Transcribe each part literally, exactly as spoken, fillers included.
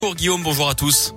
Bonjour Guillaume, bonjour à tous.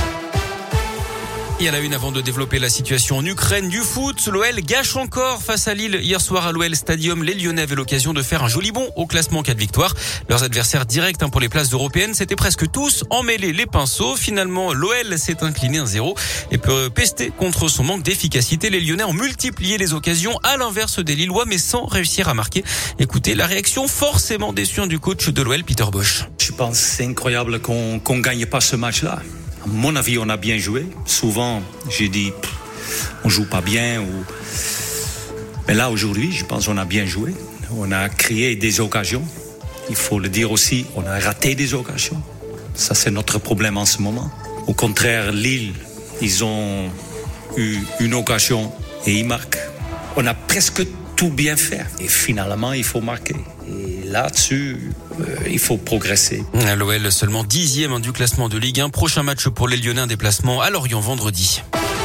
Et à la une, avant de développer la situation en Ukraine du foot, l'O L gâche encore face à Lille. Hier soir à l'O L Stadium, les Lyonnais avaient l'occasion de faire un joli bond au classement quatre victoires. Leurs adversaires directs pour les places européennes, c'était presque tous emmêlés les pinceaux. Finalement, l'O L s'est incliné un zéro et peut pester contre son manque d'efficacité. Les Lyonnais ont multiplié les occasions à l'inverse des Lillois, mais sans réussir à marquer. Écoutez la réaction forcément déçue du coach de l'O L, Peter Bosz. Je pense que c'est incroyable qu'on qu'on gagne pas ce match-là. À mon avis, on a bien joué. Souvent, j'ai dit, on joue pas bien. Ou... Mais là, aujourd'hui, je pense qu'on a bien joué. On a créé des occasions. Il faut le dire aussi, on a raté des occasions. Ça, c'est notre problème en ce moment. Au contraire, Lille, ils ont eu une occasion et ils marquent. On a presque tout bien fait. Et finalement, il faut marquer. Et là-dessus, euh, il faut progresser. L'O L seulement dixième du classement de Ligue un. Prochain match pour les Lyonnais, un déplacement à Lorient vendredi.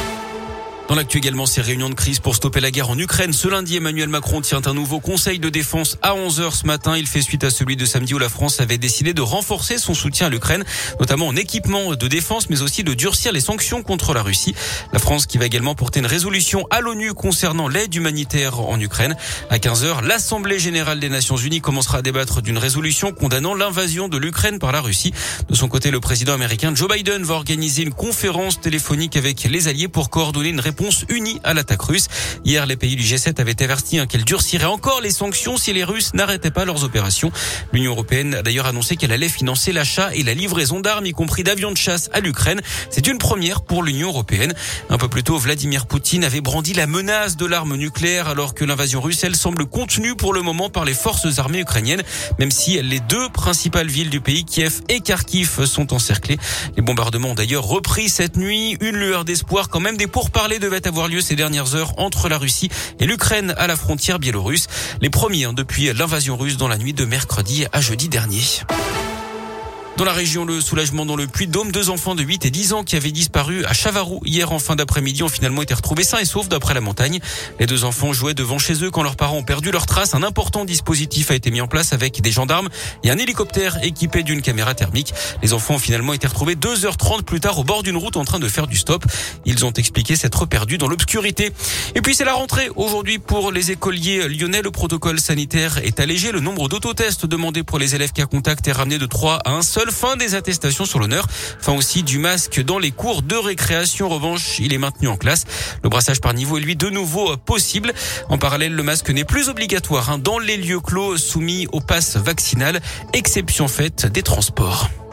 Dans l'actu également, ces réunions de crise pour stopper la guerre en Ukraine. Ce lundi, Emmanuel Macron tient un nouveau conseil de défense à onze heures ce matin. Il fait suite à celui de samedi où la France avait décidé de renforcer son soutien à l'Ukraine, notamment en équipement de défense, mais aussi de durcir les sanctions contre la Russie. La France qui va également porter une résolution à l'ONU concernant l'aide humanitaire en Ukraine. À quinze heures, l'Assemblée générale des Nations unies commencera à débattre d'une résolution condamnant l'invasion de l'Ukraine par la Russie. De son côté, le président américain Joe Biden va organiser une conférence téléphonique avec les alliés pour coordonner une réponse unie à l'attaque russe. Hier, les pays du G sept avaient averti hein, qu'elle durcirait encore les sanctions si les Russes n'arrêtaient pas leurs opérations. L'Union européenne a d'ailleurs annoncé qu'elle allait financer l'achat et la livraison d'armes, y compris d'avions de chasse à l'Ukraine. C'est une première pour l'Union européenne. Un peu plus tôt, Vladimir Poutine avait brandi la menace de l'arme nucléaire alors que l'invasion russe, elle, semble contenue pour le moment par les forces armées ukrainiennes, même si les deux principales villes du pays, Kiev et Kharkiv, sont encerclées. Les bombardements ont d'ailleurs repris cette nuit. Une lueur d'espoir quand même. Des pourparlers devaient avoir lieu ces dernières heures entre la Russie et l'Ukraine à la frontière biélorusse. Les premiers hein, depuis l'invasion russe dans la nuit de mercredi à jeudi dernier. Dans la région, le soulagement dans le Puy-de-Dôme. Deux enfants de huit et dix ans qui avaient disparu à Chavaroux hier en fin d'après-midi ont finalement été retrouvés sains et saufs d'après la montagne. Les deux enfants jouaient devant chez eux quand leurs parents ont perdu leurs traces. Un important dispositif a été mis en place avec des gendarmes et un hélicoptère équipé d'une caméra thermique. Les enfants ont finalement été retrouvés deux heures trente plus tard au bord d'une route en train de faire du stop. Ils ont expliqué s'être perdus dans l'obscurité. Et puis c'est la rentrée aujourd'hui pour les écoliers lyonnais. Le protocole sanitaire est allégé. Le nombre d'autotests demandés pour les élèves cas contact est ramené de trois à un seul. Fin des attestations sur l'honneur. Fin aussi du masque dans les cours de récréation. En revanche, il est maintenu en classe. Le brassage par niveau est lui de nouveau possible. En parallèle, le masque n'est plus obligatoire hein, dans les lieux clos soumis au pass vaccinal. Exception faite des transports.